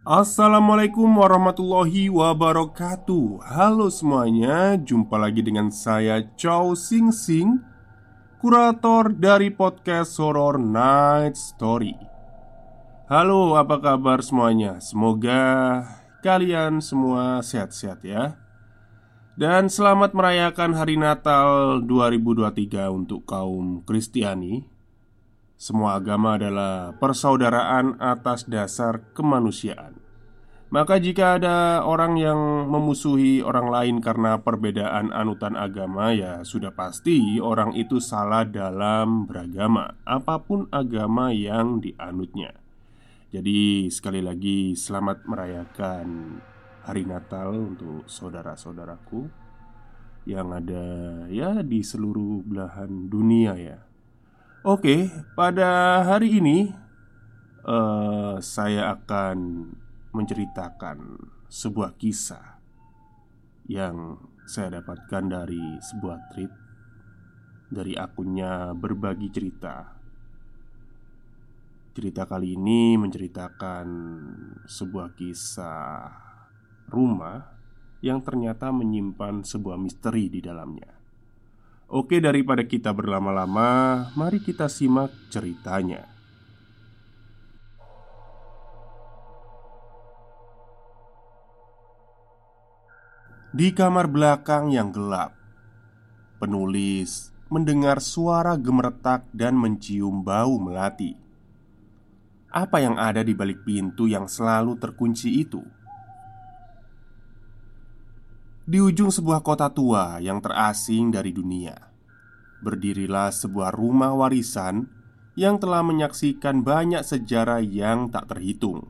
Assalamualaikum warahmatullahi wabarakatuh. Halo semuanya, jumpa lagi dengan saya Chow Sing Sing, kurator dari podcast Horror Night Story. Halo, apa kabar semuanya? Semoga kalian semua sehat-sehat ya. Dan selamat merayakan Hari Natal 2023 untuk kaum Kristiani. Semua agama adalah persaudaraan atas dasar kemanusiaan. Maka jika ada orang yang memusuhi orang lain karena perbedaan anutan agama, ya sudah pasti orang itu salah dalam beragama, apapun agama yang dianutnya. Jadi sekali lagi selamat merayakan Hari Natal untuk saudara-saudaraku yang ada ya di seluruh belahan dunia ya. Oke, pada hari ini saya akan menceritakan sebuah kisah yang saya dapatkan dari sebuah tweet dari akunnya Berbagi Cerita. Cerita kali ini menceritakan sebuah kisah rumah yang ternyata menyimpan sebuah misteri di dalamnya. Oke, daripada kita berlama-lama, mari kita simak ceritanya. Di kamar belakang yang gelap, penulis mendengar suara gemeretak dan mencium bau melati. Apa yang ada di balik pintu yang selalu terkunci itu? Di ujung sebuah kota tua yang terasing dari dunia, berdirilah sebuah rumah warisan yang telah menyaksikan banyak sejarah yang tak terhitung.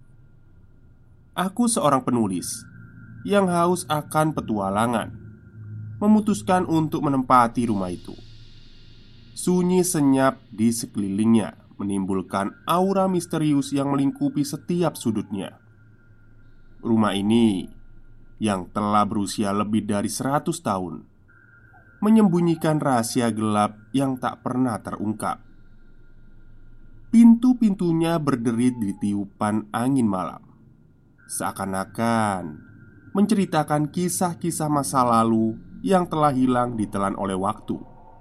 Aku seorang penulis yang haus akan petualangan, memutuskan untuk menempati rumah itu. Sunyi senyap di sekelilingnya menimbulkan aura misterius yang melingkupi setiap sudutnya. Rumah ini yang telah berusia lebih dari 100 tahun menyembunyikan rahasia gelap yang tak pernah terungkap. Pintu-pintunya berderit di tiupan angin malam, seakan-akan menceritakan kisah-kisah masa lalu yang telah hilang ditelan oleh waktu.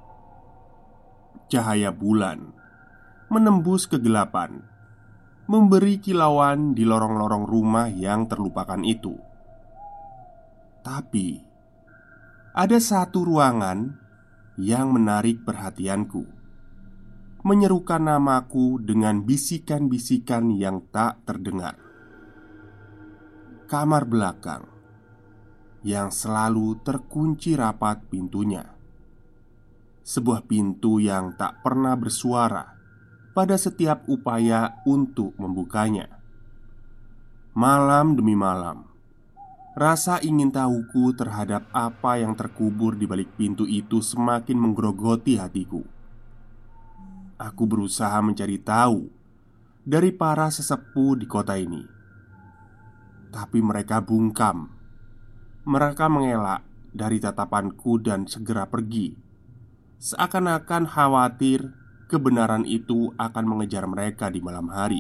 Cahaya bulan menembus kegelapan, memberi kilauan di lorong-lorong rumah yang terlupakan itu. Tapi ada satu ruangan yang menarik perhatianku, menyerukan namaku dengan bisikan-bisikan yang tak terdengar. Kamar belakang yang selalu terkunci rapat pintunya. Sebuah pintu yang tak pernah bersuara pada setiap upaya untuk membukanya. Malam demi malam, rasa ingin tahuku terhadap apa yang terkubur di balik pintu itu semakin menggerogoti hatiku. Aku berusaha mencari tahu dari para sesepuh di kota ini, tapi mereka bungkam. Mereka mengelak dari tatapanku dan segera pergi, seakan-akan khawatir kebenaran itu akan mengejar mereka di malam hari.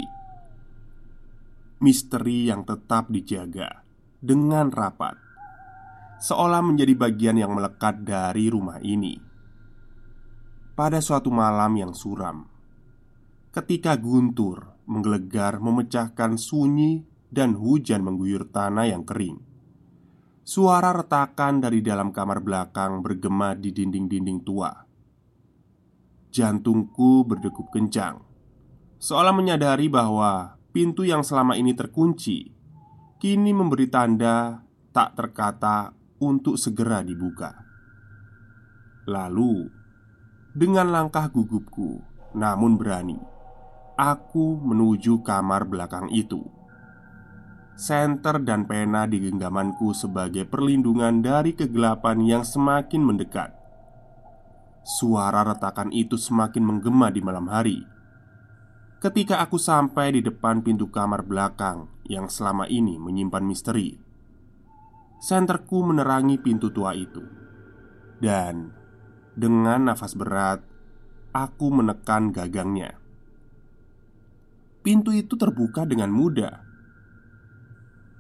Misteri yang tetap dijaga dengan rapat, seolah menjadi bagian yang melekat dari rumah ini. Pada suatu malam yang suram, ketika guntur menggelegar memecahkan sunyi dan hujan mengguyur tanah yang kering, suara retakan dari dalam kamar belakang bergema di dinding-dinding tua. Jantungku berdegup kencang, seolah menyadari bahwa pintu yang selama ini terkunci kini memberi tanda tak terkata untuk segera dibuka. Lalu, dengan langkah gugupku namun berani, aku menuju kamar belakang itu. Senter dan pena di genggamanku sebagai perlindungan dari kegelapan yang semakin mendekat. Suara retakan itu semakin menggema di malam hari. Ketika aku sampai di depan pintu kamar belakang yang selama ini menyimpan misteri, senterku menerangi pintu tua itu. Dan dengan nafas berat, aku menekan gagangnya. Pintu itu terbuka dengan mudah.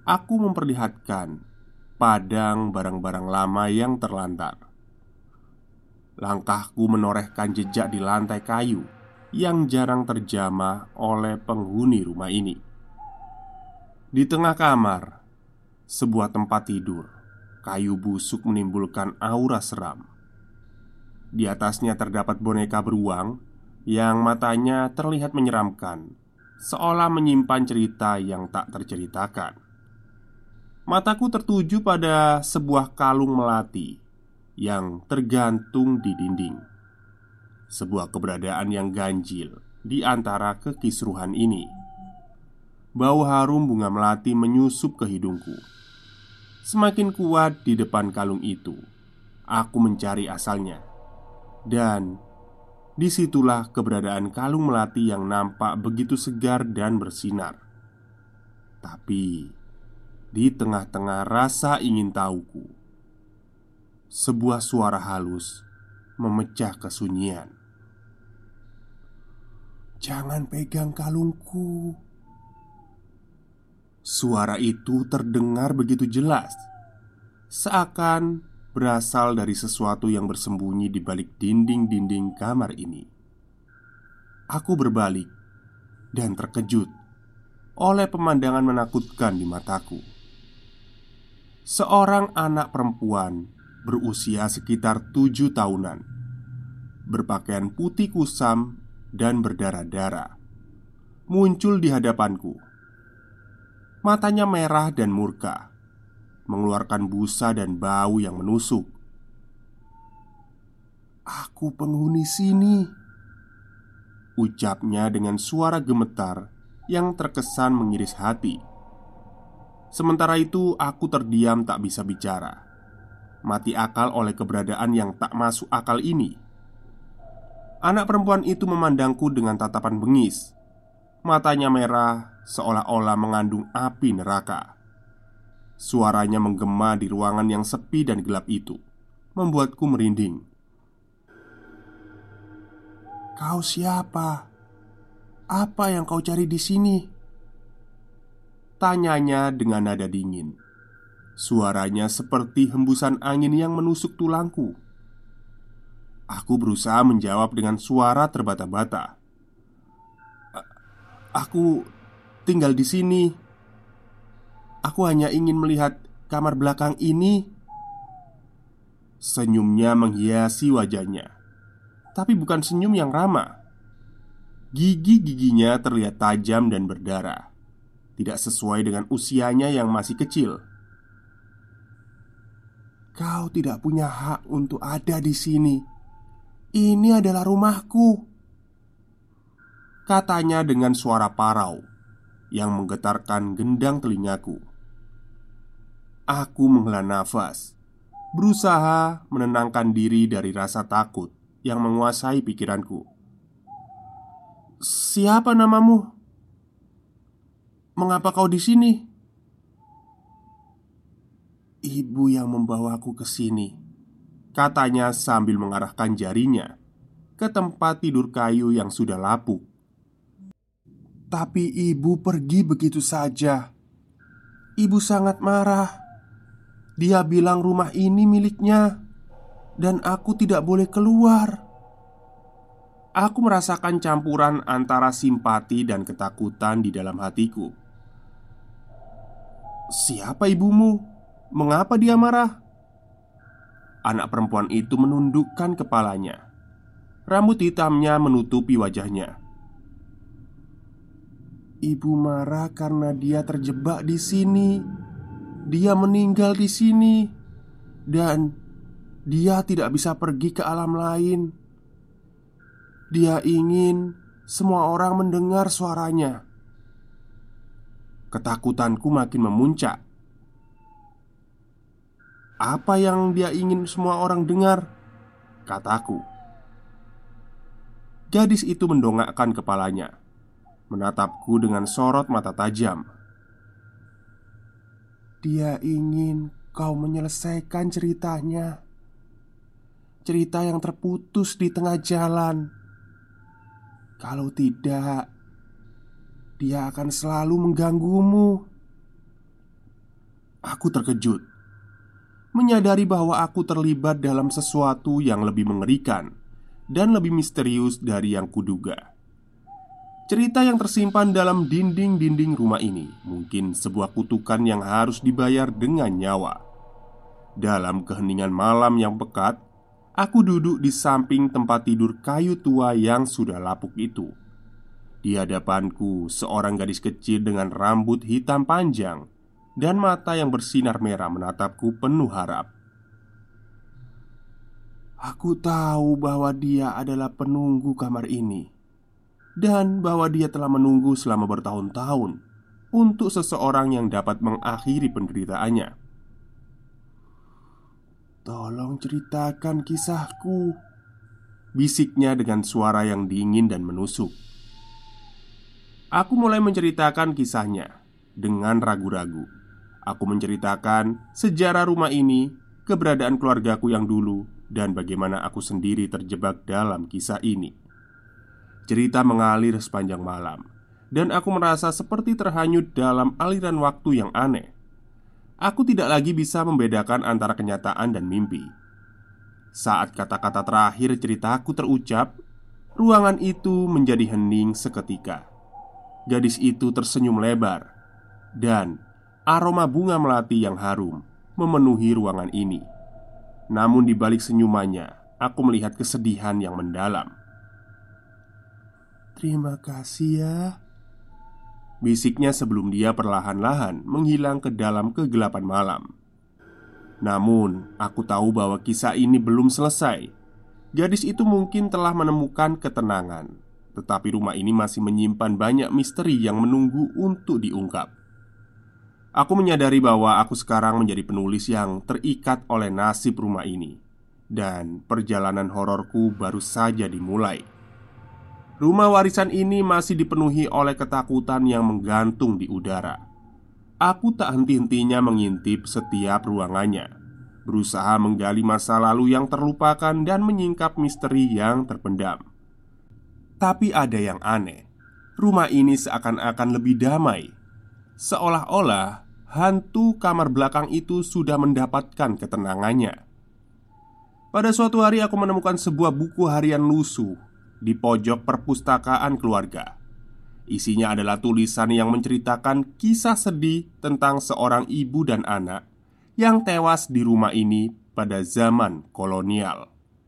Aku memperlihatkan padang barang-barang lama yang terlantar. Langkahku menorehkan jejak di lantai kayu yang jarang terjamah oleh penghuni rumah ini. Di tengah kamar, sebuah tempat tidur, kayu busuk menimbulkan aura seram. Di atasnya terdapat boneka beruang yang matanya terlihat menyeramkan, seolah menyimpan cerita yang tak terceritakan. Mataku tertuju pada sebuah kalung melati yang tergantung di dinding. Sebuah keberadaan yang ganjil di antara kekisruhan ini. Bau harum bunga melati menyusup ke hidungku. Semakin kuat di depan kalung itu, aku mencari asalnya. Dan disitulah keberadaan kalung melati yang nampak begitu segar dan bersinar. Tapi di tengah-tengah rasa ingin tahuku, sebuah suara halus memecah kesunyian. "Jangan pegang kalungku." Suara itu terdengar begitu jelas, seakan berasal dari sesuatu yang bersembunyi di balik dinding-dinding kamar ini. Aku berbalik dan terkejut oleh pemandangan menakutkan di mataku. Seorang anak perempuan berusia sekitar 7 tahunan, berpakaian putih kusam dan berdarah-darah, muncul di hadapanku. Matanya merah dan murka, mengeluarkan busa dan bau yang menusuk. "Aku penghuni sini," ucapnya dengan suara gemetar yang terkesan mengiris hati. Sementara itu aku terdiam tak bisa bicara, mati akal oleh keberadaan yang tak masuk akal ini. Anak perempuan itu memandangku dengan tatapan bengis. Matanya merah seolah-olah mengandung api neraka. Suaranya menggema di ruangan yang sepi dan gelap itu, membuatku merinding. "Kau siapa? Apa yang kau cari di sini?" tanyanya dengan nada dingin. Suaranya seperti hembusan angin yang menusuk tulangku. Aku berusaha menjawab dengan suara terbata-bata. "Aku tinggal di sini. Aku hanya ingin melihat kamar belakang ini." Senyumnya menghiasi wajahnya, tapi bukan senyum yang ramah. Gigi-giginya terlihat tajam dan berdarah, tidak sesuai dengan usianya yang masih kecil. "Kau tidak punya hak untuk ada di sini. Ini adalah rumahku," katanya dengan suara parau yang menggetarkan gendang telingaku. Aku menghela nafas, berusaha menenangkan diri dari rasa takut yang menguasai pikiranku. "Siapa namamu? Mengapa kau di sini?" "Ibu yang membawaku ke sini," katanya sambil mengarahkan jarinya ke tempat tidur kayu yang sudah lapuk. "Tapi ibu pergi begitu saja. Ibu sangat marah. Dia bilang rumah ini miliknya dan aku tidak boleh keluar." Aku merasakan campuran antara simpati dan ketakutan di dalam hatiku. "Siapa ibumu? Mengapa dia marah?" Anak perempuan itu menundukkan kepalanya. Rambut hitamnya menutupi wajahnya. "Ibu marah karena dia terjebak di sini. Dia meninggal di sini dan dia tidak bisa pergi ke alam lain. Dia ingin semua orang mendengar suaranya." Ketakutanku makin memuncak. "Apa yang dia ingin semua orang dengar?" kataku. Gadis itu mendongakkan kepalanya, menatapku dengan sorot mata tajam. "Dia ingin kau menyelesaikan ceritanya. Cerita yang terputus di tengah jalan. Kalau tidak, dia akan selalu mengganggumu." Aku terkejut, menyadari bahwa aku terlibat dalam sesuatu yang lebih mengerikan dan lebih misterius dari yang kuduga. Cerita yang tersimpan dalam dinding-dinding rumah ini mungkin sebuah kutukan yang harus dibayar dengan nyawa. Dalam keheningan malam yang pekat, aku duduk di samping tempat tidur kayu tua yang sudah lapuk itu. Di hadapanku seorang gadis kecil dengan rambut hitam panjang dan mata yang bersinar merah menatapku penuh harap. Aku tahu bahwa dia adalah penunggu kamar ini dan bahwa dia telah menunggu selama bertahun-tahun untuk seseorang yang dapat mengakhiri penderitaannya. "Tolong ceritakan kisahku," bisiknya dengan suara yang dingin dan menusuk. Aku mulai menceritakan kisahnya dengan ragu-ragu. Aku menceritakan sejarah rumah ini, keberadaan keluargaku yang dulu, dan bagaimana aku sendiri terjebak dalam kisah ini. Cerita mengalir sepanjang malam, dan aku merasa seperti terhanyut dalam aliran waktu yang aneh. Aku tidak lagi bisa membedakan antara kenyataan dan mimpi. Saat kata-kata terakhir ceritaku terucap, ruangan itu menjadi hening seketika. Gadis itu tersenyum lebar, dan aroma bunga melati yang harum memenuhi ruangan ini. Namun di balik senyumannya, aku melihat kesedihan yang mendalam. "Terima kasih ya," bisiknya sebelum dia perlahan-lahan menghilang ke dalam kegelapan malam. Namun, aku tahu bahwa kisah ini belum selesai. Gadis itu mungkin telah menemukan ketenangan, tetapi rumah ini masih menyimpan banyak misteri yang menunggu untuk diungkap. Aku menyadari bahwa aku sekarang menjadi penulis yang terikat oleh nasib rumah ini, dan perjalanan hororku baru saja dimulai. Rumah warisan ini masih dipenuhi oleh ketakutan yang menggantung di udara. Aku tak henti-hentinya mengintip setiap ruangannya, berusaha menggali masa lalu yang terlupakan dan menyingkap misteri yang terpendam. Tapi ada yang aneh. Rumah ini seakan-akan lebih damai, seolah-olah hantu kamar belakang itu sudah mendapatkan ketenangannya. Pada suatu hari aku menemukan sebuah buku harian lusuh di pojok perpustakaan keluarga. Isinya adalah tulisan yang menceritakan kisah sedih tentang seorang ibu dan anak yang tewas di rumah ini pada zaman kolonial.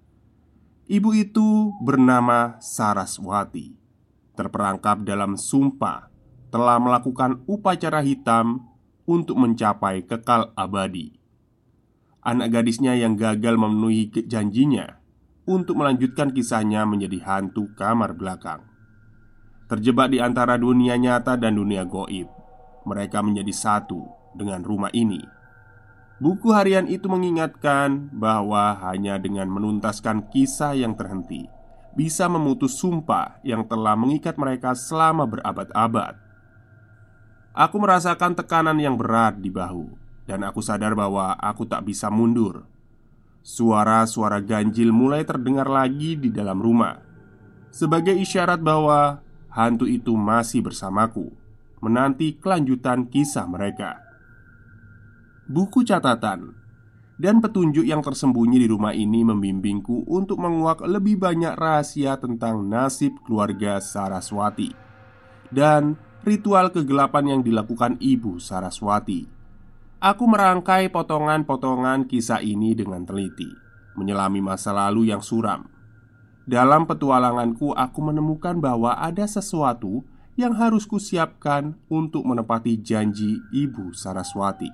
Ibu itu bernama Saraswati, terperangkap dalam sumpah telah melakukan upacara hitam untuk mencapai kekal abadi. Anak gadisnya yang gagal memenuhi janjinya untuk melanjutkan kisahnya menjadi hantu kamar belakang. Terjebak di antara dunia nyata dan dunia goib, mereka menjadi satu dengan rumah ini. Buku harian itu mengingatkan bahwa hanya dengan menuntaskan kisah yang terhenti bisa memutus sumpah yang telah mengikat mereka selama berabad-abad. Aku merasakan tekanan yang berat di bahu, dan aku sadar bahwa aku tak bisa mundur. Suara-suara ganjil mulai terdengar lagi di dalam rumah, sebagai isyarat bahwa hantu itu masih bersamaku, menanti kelanjutan kisah mereka. Buku catatan dan petunjuk yang tersembunyi di rumah ini membimbingku untuk menguak lebih banyak rahasia tentang nasib keluarga Saraswati dan ritual kegelapan yang dilakukan ibu Saraswati. Aku merangkai potongan-potongan kisah ini dengan teliti, menyelami masa lalu yang suram. Dalam petualanganku, aku menemukan bahwa ada sesuatu yang harus kusiapkan untuk menepati janji ibu Saraswati.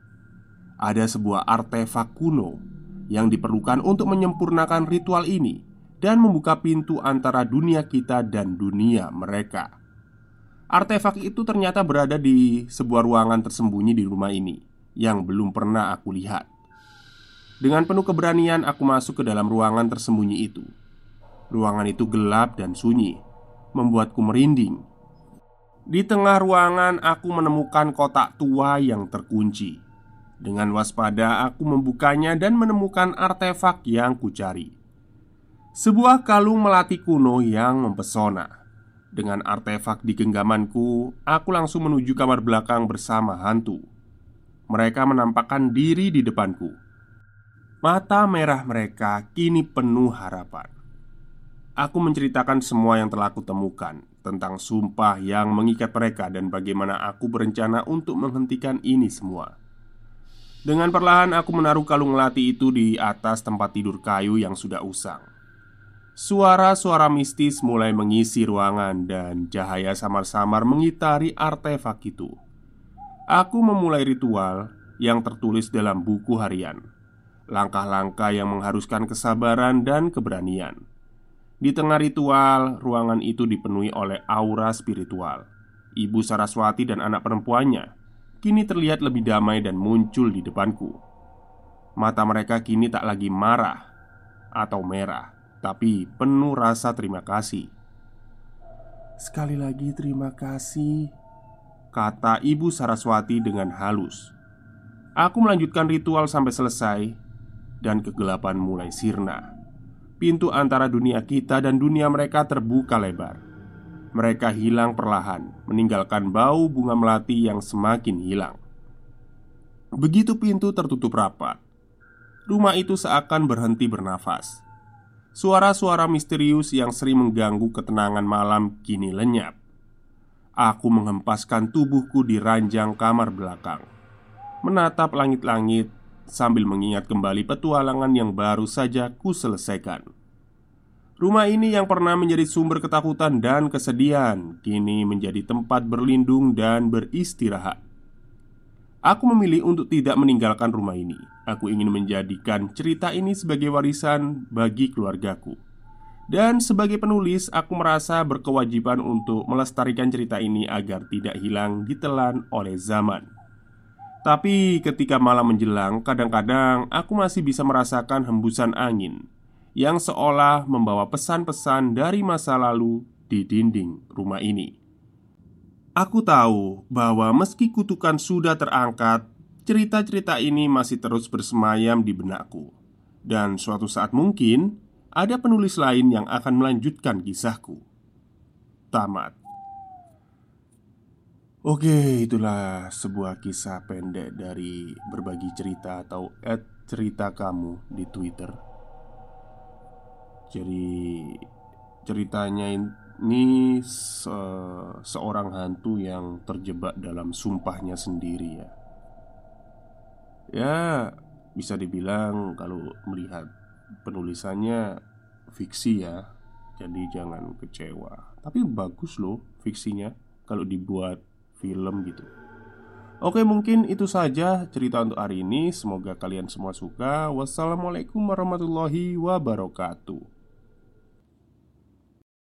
Ada sebuah artefak kuno yang diperlukan untuk menyempurnakan ritual ini dan membuka pintu antara dunia kita dan dunia mereka. Artefak itu ternyata berada di sebuah ruangan tersembunyi di rumah ini yang belum pernah aku lihat. Dengan penuh keberanian aku masuk ke dalam ruangan tersembunyi itu. Ruangan itu gelap dan sunyi, membuatku merinding. Di tengah ruangan aku menemukan kotak tua yang terkunci. Dengan waspada aku membukanya dan menemukan artefak yang kucari. Sebuah kalung melati kuno yang mempesona. Dengan artefak di genggamanku, aku langsung menuju kamar belakang bersama hantu. mereka menampakkan diri di depanku. Mata merah mereka kini penuh harapan. Aku menceritakan semua yang telah kutemukan tentang sumpah yang mengikat mereka dan bagaimana aku berencana untuk menghentikan ini semua. Dengan perlahan aku menaruh kalung melati itu di atas tempat tidur kayu yang sudah usang. Suara-suara mistis mulai mengisi ruangan dan cahaya samar-samar mengitari artefak itu. Aku memulai ritual yang tertulis dalam buku harian. Langkah-langkah yang mengharuskan kesabaran dan keberanian. Di tengah ritual, ruangan itu dipenuhi oleh aura spiritual. Ibu Saraswati dan anak perempuannya kini terlihat lebih damai dan muncul di depanku. Mata mereka kini tak lagi marah atau merah, tapi penuh rasa terima kasih. "Sekali lagi terima kasih," kata Ibu Saraswati dengan halus. Aku melanjutkan ritual sampai selesai dan kegelapan mulai sirna. Pintu antara dunia kita dan dunia mereka terbuka lebar. Mereka hilang perlahan, meninggalkan bau bunga melati yang semakin hilang. Begitu pintu tertutup rapat, rumah itu seakan berhenti bernafas. Suara-suara misterius yang sering mengganggu ketenangan malam kini lenyap. Aku menghempaskan tubuhku di ranjang kamar belakang, menatap langit-langit sambil mengingat kembali petualangan yang baru saja kuselesaikan. Rumah ini yang pernah menjadi sumber ketakutan dan kesedihan kini menjadi tempat berlindung dan beristirahat. Aku memilih untuk tidak meninggalkan rumah ini. Aku ingin menjadikan cerita ini sebagai warisan bagi keluargaku. Dan sebagai penulis, aku merasa berkewajiban untuk melestarikan cerita ini agar tidak hilang ditelan oleh zaman. Tapi ketika malam menjelang, kadang-kadang aku masih bisa merasakan hembusan angin yang seolah membawa pesan-pesan dari masa lalu di dinding rumah ini. Aku tahu bahwa meski kutukan sudah terangkat, cerita-cerita ini masih terus bersemayam di benakku. Dan suatu saat mungkin ada penulis lain yang akan melanjutkan kisahku. Tamat. Oke, itulah sebuah kisah pendek dari berbagi cerita atau @cerita kamu di Twitter. Jadi ceritanya ini seorang hantu yang terjebak dalam sumpahnya sendiri ya. Ya, bisa dibilang kalau melihat penulisannya fiksi ya. Jadi jangan kecewa. Tapi bagus loh fiksinya kalau dibuat film gitu. Oke, mungkin itu saja cerita untuk hari ini. Semoga kalian semua suka. Wassalamualaikum warahmatullahi wabarakatuh.